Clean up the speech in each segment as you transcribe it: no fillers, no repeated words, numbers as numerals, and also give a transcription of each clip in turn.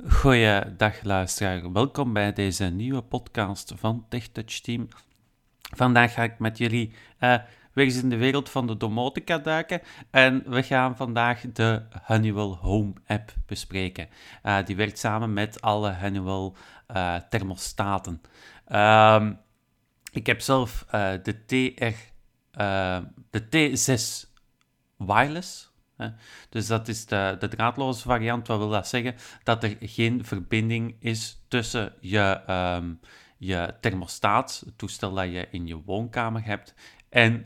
Goeiedag luisteraar, welkom bij deze nieuwe podcast van TechTouch Team. Vandaag ga ik met jullie weer eens in de wereld van de domotica duiken en we gaan vandaag de Honeywell Home app bespreken. Die werkt samen met alle Honeywell thermostaten. Ik heb zelf de T6 Wireless. Dus dat is de draadloze variant. Wat wil dat zeggen? Dat er geen verbinding is tussen je thermostaat, het toestel dat je in je woonkamer hebt, en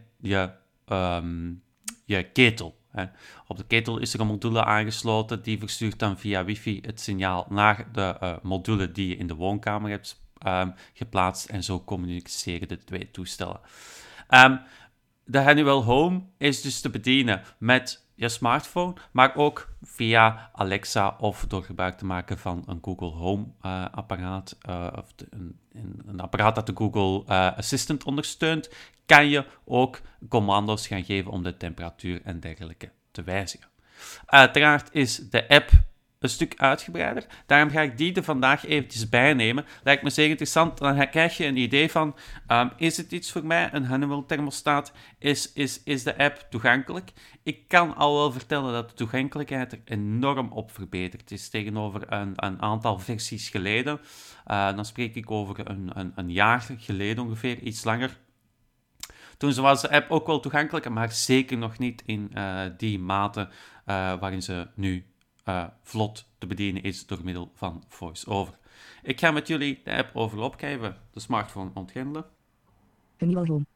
je ketel. Op de ketel is er een module aangesloten, die verstuurt dan via wifi het signaal naar de module die je in de woonkamer hebt geplaatst, en zo communiceren de twee toestellen. De Honeywell Home is dus te bedienen met je smartphone, maar ook via Alexa of door gebruik te maken van een Google Home apparaat of een apparaat dat de Google Assistant ondersteunt, kan je ook commando's gaan geven om de temperatuur en dergelijke te wijzigen. Uiteraard is de app een stuk uitgebreider. Daarom ga ik die er vandaag eventjes bijnemen. Lijkt me zeer interessant. Dan krijg je een idee van, is het iets voor mij? Een Honeywell thermostaat? Is de app toegankelijk? Ik kan al wel vertellen dat de toegankelijkheid er enorm op verbeterd is tegenover een aantal versies geleden. Dan spreek ik over een jaar geleden ongeveer, iets langer. Toen was de app ook wel toegankelijk, maar zeker nog niet in die mate waarin ze nu vlot te bedienen is door middel van VoiceOver. Ik ga met jullie de app overloop. Ik ga even de smartphone ontgrendelen. Honeywell Home.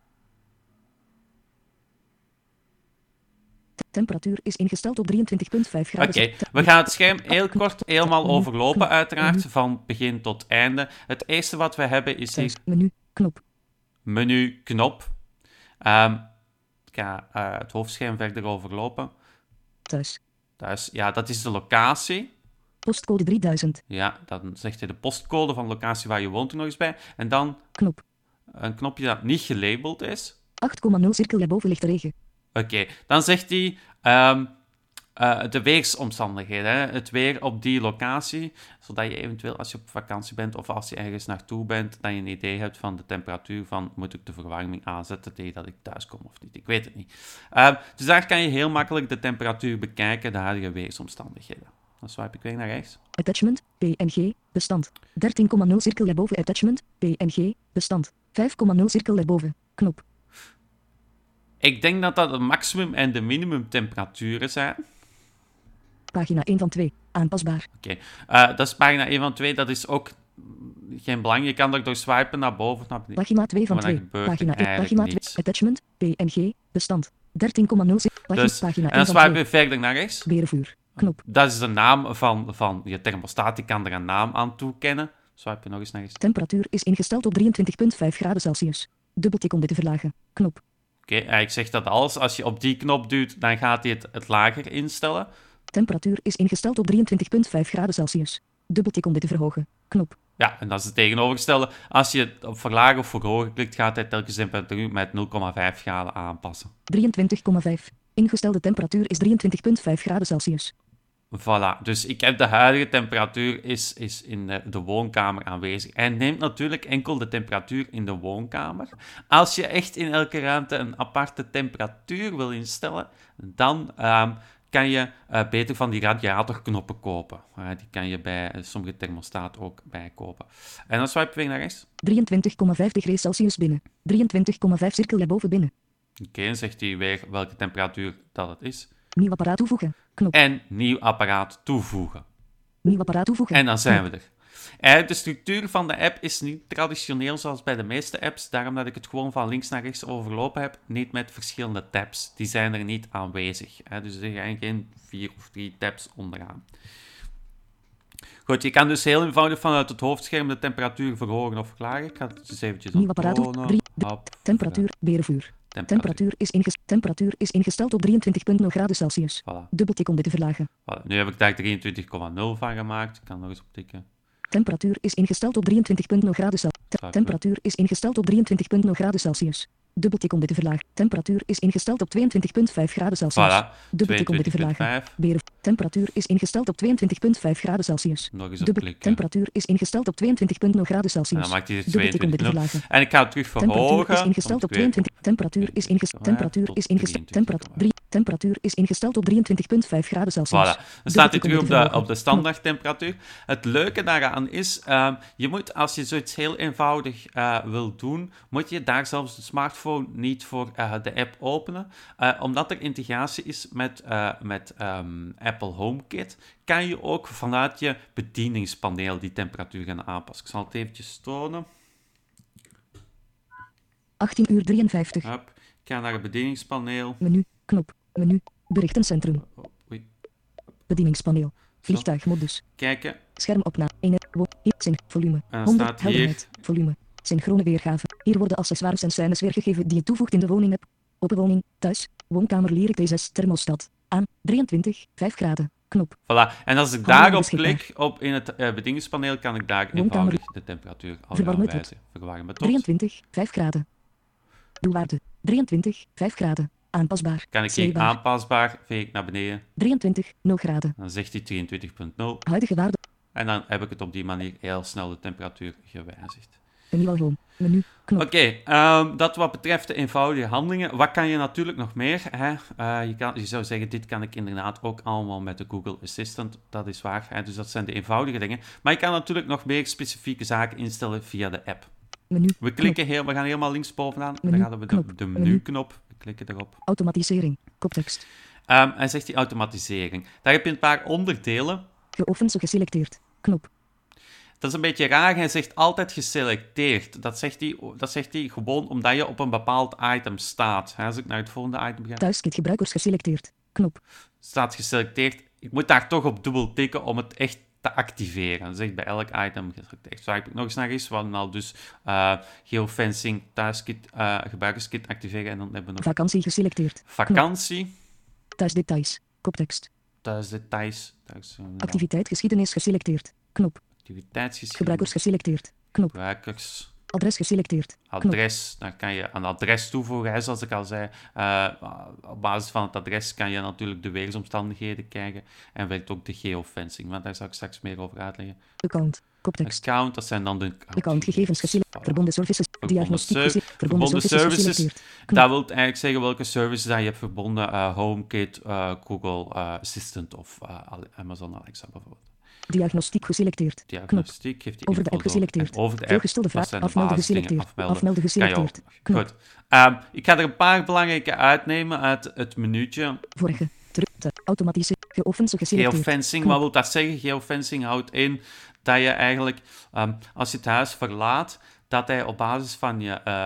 Temperatuur is ingesteld op 23,5 graden. Oké, we gaan het scherm heel kort helemaal overlopen, uiteraard, van begin tot einde. Het eerste wat we hebben is hier... Menu, knop. Menu, knop. Ik ga het hoofdscherm verder overlopen. Thuis. Thuis, ja, dat is de locatie. Postcode 3000. Ja, dan zegt hij de postcode van de locatie waar je woont er nog eens bij. En dan Knop. een knopje dat niet gelabeld is. 8,0 cirkel daarboven ligt regen. Oké, dan zegt hij de weersomstandigheden. Hè? Het weer op die locatie, zodat je eventueel als je op vakantie bent of als je ergens naartoe bent, dat je een idee hebt van de temperatuur van moet ik de verwarming aanzetten tegen dat ik thuis kom of niet. Ik weet het niet. Dus daar kan je heel makkelijk de temperatuur bekijken, de huidige weersomstandigheden. Dan swipe ik weer naar rechts. Attachment, PNG, bestand. 13,0 cirkel daarboven attachment, PNG, bestand. 5,0 cirkel daarboven, knop. Ik denk dat dat de maximum en de minimum temperaturen zijn. Pagina 1 van 2, aanpasbaar. Oké, dat is pagina 1 van 2, dat is ook geen belang. Je kan er door swipen naar boven of naar beneden. Pagina 2 van Maar dan 2, gebeurt pagina er 1, eigenlijk pagina 2, niets. attachment, PNG, bestand. 13,0 cirkel, Dus, pagina en 1 dan van swipen 2, we verder naar rechts. berenvuur, knop. Dat is de naam van je thermostaat. Die kan er een naam aan toekennen. Swipe je nog eens naar rechts. Temperatuur is ingesteld op 23,5 graden Celsius. Dubbeltik om dit te verlagen, knop. Oké, ik zeg dat als je op die knop duwt, dan gaat hij het lager instellen. Temperatuur is ingesteld op 23,5 graden Celsius. Dubbeltik om dit te verhogen, knop. Ja, en dat is het tegenovergestelde. Als je het op verlagen of verhogen klikt, gaat hij telkens de temperatuur met 0,5 graden aanpassen. 23,5. Ingestelde temperatuur is 23,5 graden Celsius. Voilà, dus ik heb de huidige temperatuur is in de woonkamer aanwezig. Hij neemt natuurlijk enkel de temperatuur in de woonkamer. Als je echt in elke ruimte een aparte temperatuur wil instellen, dan kan je beter van die radiatorknoppen kopen. Die kan je bij sommige thermostaten ook bijkopen. En dan swipe je weer naar rechts. 23,5 degrees Celsius binnen. 23,5 cirkel daarboven binnen. Oké, dan zegt hij weer welke temperatuur dat het is. Nieuw apparaat toevoegen, knop. En nieuw apparaat toevoegen. Nieuw apparaat toevoegen. En dan zijn we er. Eigenlijk, de structuur van de app is niet traditioneel zoals bij de meeste apps. Daarom dat ik het gewoon van links naar rechts overlopen heb. Niet met verschillende tabs. Die zijn er niet aanwezig. Dus er zijn geen 4 of 3 tabs onderaan. Goed, je kan dus heel eenvoudig vanuit het hoofdscherm de temperatuur verhogen of verlagen. Ik ga het dus eventjes Nieuw apparaat toevoegen. Temperatuur, berenvuur. Temperatuur is ingesteld op 23,0 graden Celsius. Voilà. Dubbeltik om dit te verlagen. Voilà. Nu heb ik daar 23,0 van gemaakt. Ik kan nog eens optikken. Temperatuur is ingesteld op 23,0 graden Celsius. Temperatuur is ingesteld op 23,0 graden Celsius. Dubbeltik om dit te verlagen. Temperatuur is ingesteld op 22,5 graden Celsius. Voilà, Dubbeltik om dit te verlagen. 22,5. Beren. Temperatuur is ingesteld op 22,5 graden Celsius. Nog eens op klikken. Temperatuur is ingesteld op 22,0 graden En Celsius. dan maakt hij het Dubbeltik om dit te 22,0. verlagen. En ik ga het terug Temperatuur verhogen. is ingesteld op 22. Temperatuur is ingesteld. Temperatuur is ingesteld. Temperatuur is ingesteld op 23,5 graden Celsius. Voilà, dan staat hij Dubbeltik om terug dit te verlagen. op de standaardtemperatuur. Het leuke daaraan is, je moet, als je zoiets heel eenvoudig wil doen, moet je daar zelfs de smartphone niet voor de app openen. Omdat er integratie is met Apple HomeKit, kan je ook vanuit je bedieningspaneel die temperatuur gaan aanpassen. Ik zal het eventjes tonen. 18:53. Hup. Ik ga naar het bedieningspaneel. Menu. Knop. Menu. Berichtencentrum. Oei. Bedieningspaneel. Vliegtuigmodus. Kijken. Schermopname. Zin. Volume. En dan 100. staat hier- Helderheid. Volume. Synchrone weergave. Hier worden accessoires en scènes weergegeven die je toevoegt in de woning-app. Open woning. Thuis. Woonkamer Lyric T6 thermostaat. Aan. 23. 5 graden. Knop. Voilà. En als ik Handelen daarop beschikbaar. klik, in het bedieningspaneel, kan ik daar Woonkamer. eenvoudig de temperatuur al gaan Verwarmen tot. wijzen. Verwarmen tot. 23. 5 graden. Doelwaarde. 23. 5 graden. Aanpasbaar. Kan ik hier Sleebaar. aanpasbaar, veeg ik naar beneden. 23. 0 graden. Dan zegt hij 23,0. Huidige waarde. En dan heb ik het op die manier heel snel de temperatuur gewijzigd. Een nieuw home. Menu. Knop. Oké, dat wat betreft de eenvoudige handelingen. Wat kan je natuurlijk nog meer? Hè? Je zou zeggen, dit kan ik inderdaad ook allemaal met de Google Assistant. Dat is waar. Hè? Dus dat zijn de eenvoudige dingen. Maar je kan natuurlijk nog meer specifieke zaken instellen via de app. Menu. We gaan helemaal linksbovenaan. Menu, Dan gaan we knop. de Menu. menuknop. We klikken erop. Automatisering. Koptekst. En zegt die automatisering. Daar heb je een paar onderdelen. Geoefend zo geselecteerd. Knop. Dat is een beetje raar. Hij zegt altijd geselecteerd. Dat zegt hij gewoon omdat je op een bepaald item staat. Als ik naar het volgende item ga, Thuiskit gebruikers geselecteerd. Knop. staat geselecteerd. Ik moet daar toch op dubbel tikken om het echt te activeren. Dat zegt bij elk item geselecteerd. Swipe ik nog eens naar eens. We hadden al dus geofencing, thuiskit, gebruikerskit activeren. En dan hebben we nog Vakantie geselecteerd. vakantie. Thuisdetails. Koptekst. Thuisdetails. Activiteit geschiedenis geselecteerd. Knop. Activiteitsgeschiedenis. Gebruikers geselecteerd. Knop. Gebruikers. Adres geselecteerd. Knop. Adres, dan kan je een adres toevoegen, hè, zoals ik al zei. Op basis van het adres kan je natuurlijk de weersomstandigheden kijken en werkt ook de geofencing, want daar zal ik straks meer over uitleggen. Account. Koptekst. Account, dat zijn dan de Accountgegevens geselecteerd. Verbonden services. Diagnostiek geselecteerd. Verbonden services services. geselecteerd. Knop. Dat wil eigenlijk zeggen welke services dat je hebt verbonden. HomeKit, Google Assistant of Amazon Alexa bijvoorbeeld. Diagnostiek geselecteerd. Knop. Diagnostiek heeft hij Over de app invul door. geselecteerd. En over de app, Voorgestelde dat vraag. zijn de Afmelden basisdingen. geselecteerd. Afmelden Kan je ook. geselecteerd. Knop. Goed. Ik ga er een paar belangrijke uitnemen uit het menuutje. Vorige. Terug. Automatische. Geoefend zo geselecteerd. Geofencing, Knop. wat wil dat zeggen? Geofencing houdt in dat je eigenlijk, als je het huis verlaat, dat hij op basis van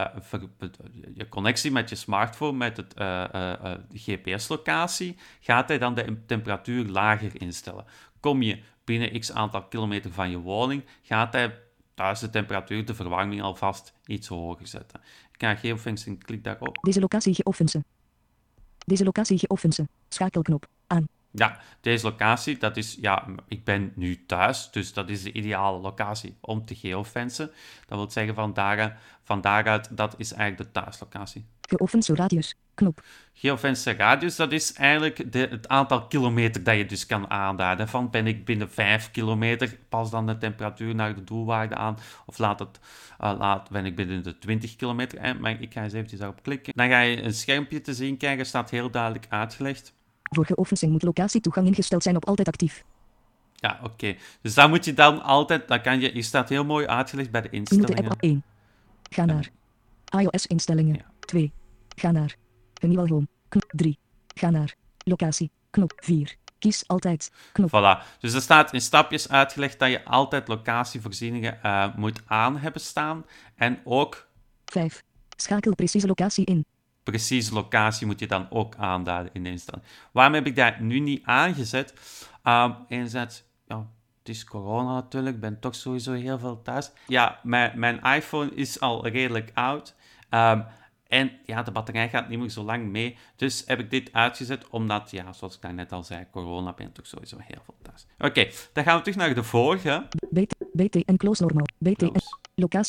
je connectie met je smartphone, met het GPS-locatie, gaat hij dan de temperatuur lager instellen. Kom je binnen x aantal kilometer van je woning, gaat hij thuis de temperatuur, de verwarming alvast iets hoger zetten. Ik ga geofencing, klik daarop. Deze locatie geoefensen. Deze locatie geoefensen. Schakelknop. Aan. Ja, deze locatie, dat is, ja, ik ben nu thuis, dus dat is de ideale locatie om te geofencen. Dat wil zeggen, van daaruit, dat is eigenlijk de thuislocatie. Geoefend zo radius. Knop. Geofence radius, dat is eigenlijk het aantal kilometer dat je dus kan aanduiden. Van ben ik binnen 5 kilometer, pas dan de temperatuur naar de doelwaarde aan. Of ben ik binnen de 20 kilometer. Maar ik ga eens eventjes daarop klikken. Dan ga je een schermpje te zien krijgen, staat heel duidelijk uitgelegd. Voor geoefencing moet locatietoegang ingesteld zijn op altijd actief. Ja, oké. Dus daar moet je dan altijd, hier staat heel mooi uitgelegd bij de Minuten instellingen. app 1. Ga naar iOS instellingen. Ja. 2. Ga naar Nieuwe Home. Knop 3. Ga naar locatie. Knop 4. Kies altijd. Knop. Voilà. Dus er staat in stapjes uitgelegd dat je altijd locatievoorzieningen moet aan hebben staan. En ook 5. Schakel precieze locatie in. precieze locatie moet je dan ook aanduiden in de instelling. Waarom heb ik dat nu niet aangezet? Enerzijds, ja, het is corona natuurlijk, ik ben toch sowieso heel veel thuis. Ja, mijn iPhone is al redelijk oud. En ja, de batterij gaat niet meer zo lang mee. Dus heb ik dit uitgezet, omdat, ja, zoals ik net al zei, corona ben ik toch sowieso heel veel thuis. Oké, dan gaan we terug naar de vorige. BT en close normal. BT en Close. locatietoegang.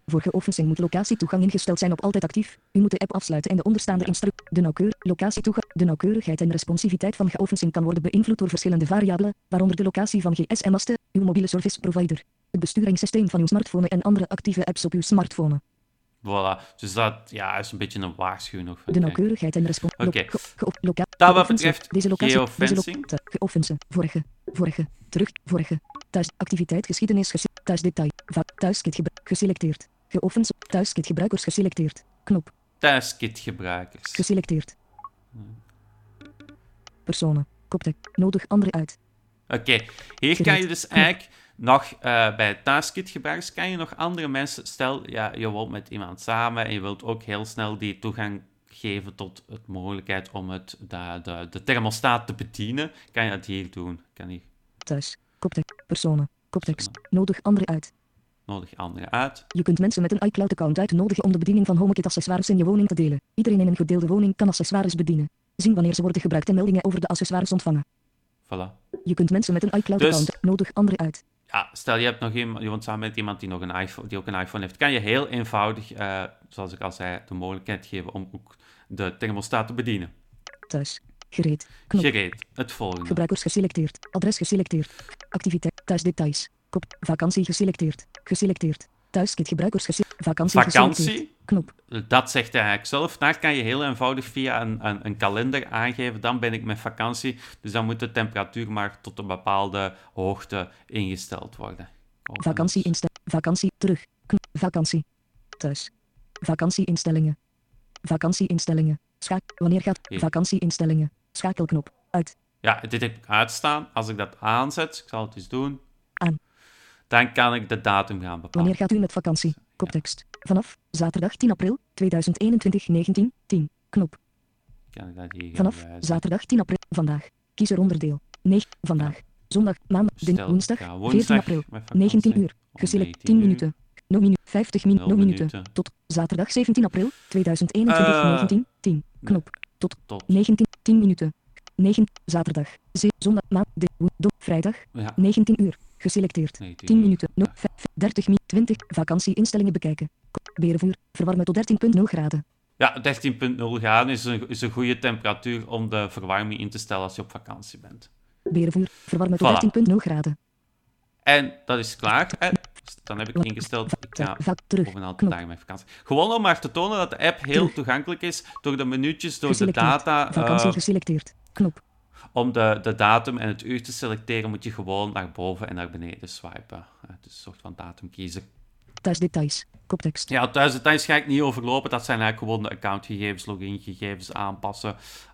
Voor geoefening moet locatietoegang ingesteld zijn op altijd actief. U moet de app afsluiten en de onderstaande De nauwkeurigheid en responsiviteit van geoefening kan worden beïnvloed door verschillende variabelen, waaronder de locatie van GSM-masten, uw mobiele service provider, het besturingssysteem van uw smartphone en andere actieve apps op uw smartphone. Voilà, dus dat is een beetje een waarschuwing nog. De nauwkeurigheid en responsiviteit. Oké. Dat wat betreft geofencing. Geoffensen. Vorige. Terug. Vorige. Thuis. Activiteit. Geschiedenis. Thuisdetail. Thuiskit geselecteerd. Geoffensen. Thuiskit gebruikers geselecteerd. Knop. Thuiskit gebruikers. Geselecteerd. Personen. Koptek. Nodig andere uit. Oké. Hier kan je dus eigenlijk nog bij thuiskit gebruikers kan je nog andere mensen... Stel, je woont met iemand samen en je wilt ook heel snel die toegang geven tot de mogelijkheid om de thermostaat te bedienen. Kan je dat hier doen? Thuis. Koptek. Personen. Koptekst. Nodig andere uit. Nodig andere uit. Je kunt mensen met een iCloud-account uitnodigen om de bediening van HomeKit-accessoires in je woning te delen. Iedereen in een gedeelde woning kan accessoires bedienen. Zien wanneer ze worden gebruikt en meldingen over de accessoires ontvangen. Voilà. Je kunt mensen met een iCloud-account nodig andere uit. Ja, stel je hebt nog je woont samen met iemand die nog die ook een iPhone heeft. Kan je heel eenvoudig, zoals ik al zei, de mogelijkheid geven om ook de thermostaat te bedienen. Thuis. Gereed. Knop. Gereed. Het volgende. Gebruikers geselecteerd. Adres geselecteerd. Activiteit. Thuisdetails. Vakantie geselecteerd. Geselecteerd. Thuiskit gebruikers vakantie geselecteerd. Knop. Dat zegt hij eigenlijk zelf. Daar kan je heel eenvoudig via een kalender aangeven. Dan ben ik met vakantie. Dus dan moet de temperatuur maar tot een bepaalde hoogte ingesteld worden. Vakantie instellingen. Vakantie terug. Knop. Vakantie. Thuis. Vakantieinstellingen. Vakantieinstellingen. Wanneer gaat vakantieinstellingen? Schakelknop. Uit. Ja, dit heb ik uitstaan. Als ik dat aanzet, ik zal het eens doen. Aan. Dan kan ik de datum gaan bepalen. Wanneer gaat u met vakantie? Koptekst. Vanaf zaterdag 10 april 2021 19:10. Knop. Kan ik dat hier vanaf zaterdag 10 april. Vandaag. Kies er onderdeel. 9. Vandaag. Zondag. Maandag. Woensdag. 14 april. 19 uur. Geselecteerd 10 minuten. 50 minuten. Tot zaterdag 17 april 2021 19:10. Knop. Tot 19. 10 minuten. 9. Zaterdag. Zondag. Vrijdag. 19 uur. Geselecteerd. 10 minuten. 30 minuten. 20. Vakantieinstellingen bekijken. Berenvuur. Verwarmen tot 13,0 graden. Ja, 13,0 graden is een goede temperatuur om de verwarming in te stellen als je op vakantie bent. Berenvuur. Verwarmen tot 13,0 graden. En dat is klaar. Dan heb ik ingesteld, ik ga over een aantal dagen met vakantie. Gewoon om maar te tonen dat de app heel toegankelijk is door de minuutjes, door de data. Vakantie geselecteerd. Knop. Om de datum en het uur te selecteren moet je gewoon naar boven en naar beneden swipen. Dus een soort van datum kiezen. Thuisdetails. Koptekst. Ja, thuisdetails ga ik niet overlopen. Dat zijn eigenlijk gewoon de accountgegevens, logingegevens aanpassen.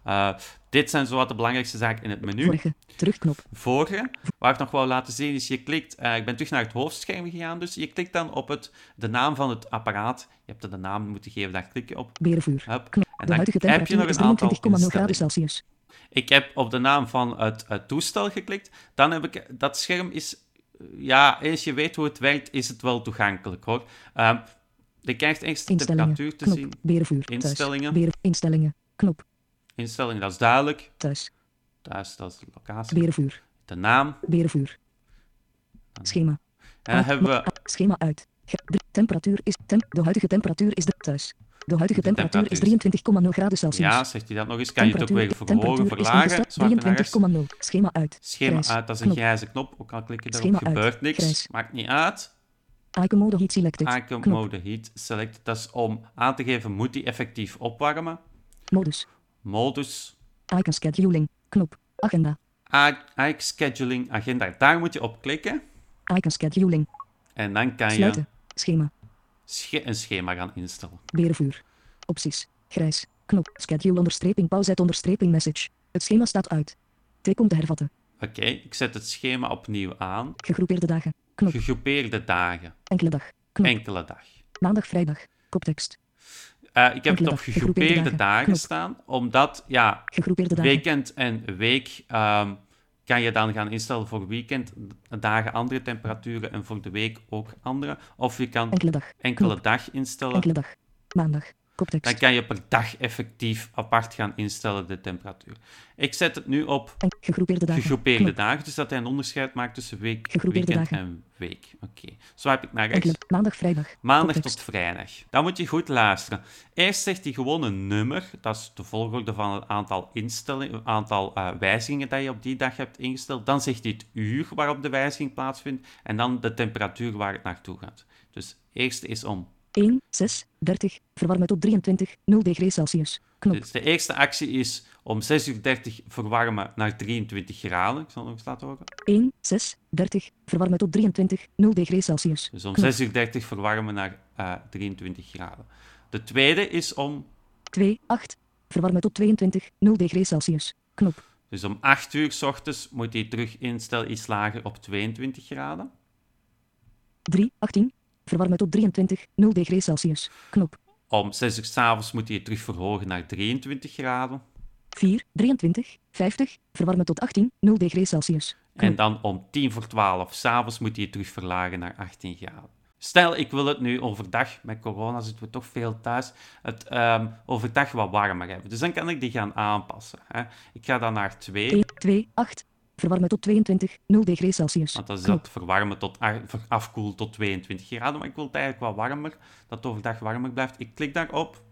Dit zijn zowat de belangrijkste zaken in het menu. Vorige. Terugknop. Vorige. Waar ik nog wou laten zien is, je klikt... ik ben terug naar het hoofdscherm gegaan, dus je klikt dan op de naam van het apparaat. Je hebt er de naam moeten geven, daar klik je op. Berenvuur. Knop. En dan heb je nog een aantal 23,0 graden Celsius. Ik heb op de naam van het toestel geklikt. Dan heb ik... Dat scherm is... Ja, eens je weet hoe het werkt, is het wel toegankelijk, hoor. Je krijgt eerst de temperatuur te zien. Berenvuur. Instellingen. Instellingen. Knop. Instellingen, dat is duidelijk. Thuis, dat is de locatie. Berenvuur. De naam. Berenvuur. Schema. En dan hebben we... Schema uit. De temperatuur is... De huidige temperatuur is thuis. De huidige temperatuur is 23,0 graden Celsius. Ja, zegt hij dat nog eens? Kan je het ook weer verhogen, verlagen? 23,0. Schema uit. Schema uit, dat is een grijze knop. Ook al klik je erop, gebeurt niks. Grijs. Maakt niet uit. Icon mode heat selected. Icon mode heat selected. Dat is om aan te geven, moet die effectief opwarmen. Modus. Icon scheduling. Knop. Agenda. Icon scheduling, agenda. Daar moet je op klikken. Icon scheduling. En dan kan Sluiten. Schema. Een schema gaan instellen. Berenvuur. Opties. Grijs. Knop. Schedule onderstreping pauze onderstreping message. Het schema staat uit. Tik om te hervatten. Oké, ik zet het schema opnieuw aan. Gegroepeerde dagen. Knop. Gegroepeerde dagen. Enkele dag. Knop. Enkele dag. Maandag, vrijdag. Koptekst. Ik heb het op gegroepeerde dagen staan, omdat, gegroepeerde dagen. Weekend en week kan je dan gaan instellen voor weekend dagen andere temperaturen en voor de week ook andere. Of je kan enkele dag instellen. Enkele dag. Maandag. Koptekst. Dan kan je per dag effectief apart gaan instellen de temperatuur. Ik zet het nu op gegroepeerde dagen, dus dat hij een onderscheid maakt tussen weekend en week. Oké. Swipe ik naar rechts. Maandag, vrijdag. Maandag tot vrijdag. Dan moet je goed luisteren. Eerst zegt hij gewoon een nummer. Dat is de volgorde van het aantal wijzigingen dat je op die dag hebt ingesteld. Dan zegt hij het uur waarop de wijziging plaatsvindt. En dan de temperatuur waar het naartoe gaat. Dus eerst is om 1, 6, 30, verwarmen tot 23, 0 degrees Celsius. Knop. Dus de eerste actie is om 6:30 verwarmen naar 23 graden. Ik zal nog eens laten horen. 1, 6, 30, verwarmen tot 23, 0 degrees Celsius. Dus om 6:30 verwarmen naar 23 graden. De tweede is om 2, 8, verwarmen tot 22, 0 degrees Celsius. Knop. Dus om 8 uur 's ochtends moet hij terug instellen iets lager op 22 graden. 3, 18, verwarmen tot 23, 0 degrees Celsius. Knop. Om 6 uur 's avonds moet hij het terug verhogen naar 23 graden. 4, 23, 50, verwarmen tot 18, 0 degrees Celsius. Knop. En dan om 11:10 's avonds moet hij het terug verlagen naar 18 graden. Stel, ik wil het nu overdag, met corona zitten we toch veel thuis, het overdag wat warmer hebben. Dus dan kan ik die gaan aanpassen. Hè. Ik ga dan naar 2. 2, 8, verwarmen tot 22, 0 degrees Celsius. Want dat is dat verwarmen tot afkoelen tot 22 graden. Maar ik wil het eigenlijk wat warmer, dat het overdag warmer blijft. Ik klik daarop.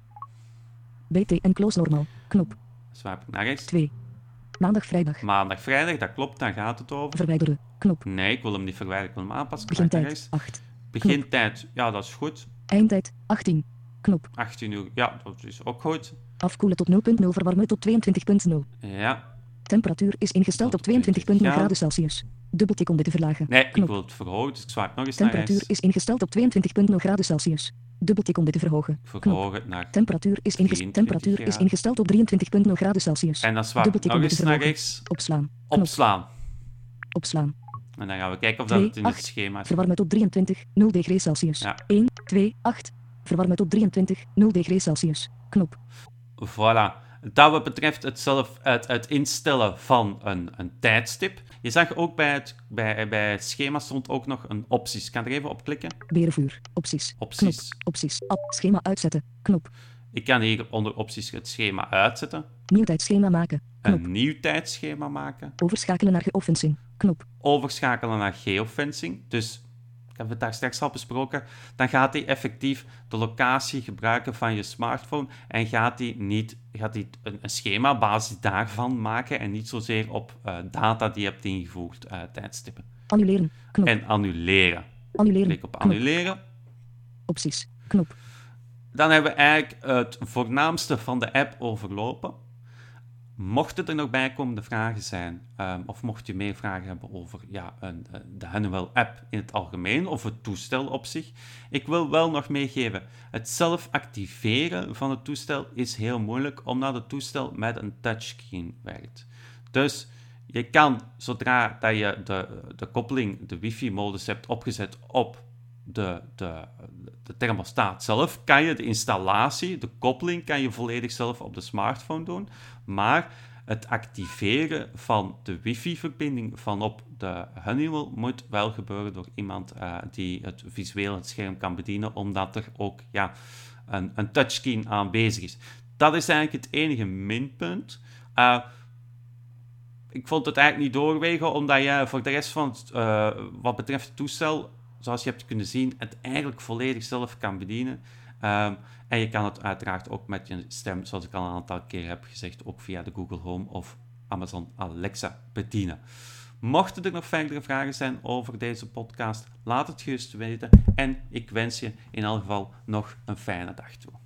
BT en close normal. Knop. Swipe ik naar rechts. 2. Maandag, vrijdag. Maandag, vrijdag, dat klopt, daar gaat het over. Verwijderen. Knop. Nee, ik wil hem niet verwijderen, ik wil hem aanpassen. Begintijd 8. Begintijd, ja, dat is goed. Eindtijd 18. Knop. 18 uur, ja, dat is ook goed. Afkoelen tot 0.0, verwarmen tot 22.0. Ja. Temperatuur is ingesteld op 22.0 graden Celsius. Dubbeltik om dit te verlagen. Nee, Knop. ik wil het verhogen, dus ik swipe nog eens Temperatuur naar rechts. is ingesteld op 22.0 graden Celsius. Dubbeltik om dit te verhogen. Verhoog het naar Temperatuur is ingesteld op 23.0 graden Celsius. En dan swipe ik nog eens naar rechts. Opslaan. Knop. Opslaan. Opslaan. En dan gaan we kijken of dat 2, het in het 8, schema is. verwarmen tot 23, 0 degrees Celsius. Ja. 1, 2, 8, verwarmen tot 23, 0 degrees Celsius. Knop. Voilà. Dat betreft het instellen van een tijdstip. Je zag ook bij het schema stond ook nog een opties. Ik kan er even op klikken. Berenvuur. Opties. Opties. Knop. Opties. Schema uitzetten. Knop. Ik kan hier onder opties het schema uitzetten. Nieuw tijdschema maken. Knop. Een nieuw tijdschema maken. Overschakelen naar geofencing. Knop. Overschakelen naar geofencing. Dus, ik heb het daar straks al besproken, dan gaat hij effectief de locatie gebruiken van je smartphone en gaat hij een schema op basis daarvan maken en niet zozeer op data die je hebt ingevoerd tijdstippen. Annuleren. Knop. En annuleren. Annuleren. Klik op annuleren. Opties. Knop. Dan hebben we eigenlijk het voornaamste van de app overlopen. Mochten er nog bijkomende vragen zijn, of mocht je meer vragen hebben over de Honeywell-app in het algemeen, of het toestel op zich, ik wil wel nog meegeven, het zelf activeren van het toestel is heel moeilijk, omdat het toestel met een touchscreen werkt. Dus je kan, zodra dat je de koppeling, de wifi-modus hebt opgezet op de thermostaat zelf, kan je de installatie, de koppeling, kan je volledig zelf op de smartphone doen. Maar het activeren van de wifi-verbinding vanop de Honeywell moet wel gebeuren door iemand die het visueel het scherm kan bedienen, omdat er ook een touchscreen aanwezig is. Dat is eigenlijk het enige minpunt. Ik vond het eigenlijk niet doorwegen, omdat je voor de rest van het, wat betreft het toestel, zoals je hebt kunnen zien, het eigenlijk volledig zelf kan bedienen. En je kan het uiteraard ook met je stem, zoals ik al een aantal keer heb gezegd, ook via de Google Home of Amazon Alexa bedienen. Mochten er nog verdere vragen zijn over deze podcast, laat het gerust weten. En ik wens je in elk geval nog een fijne dag toe.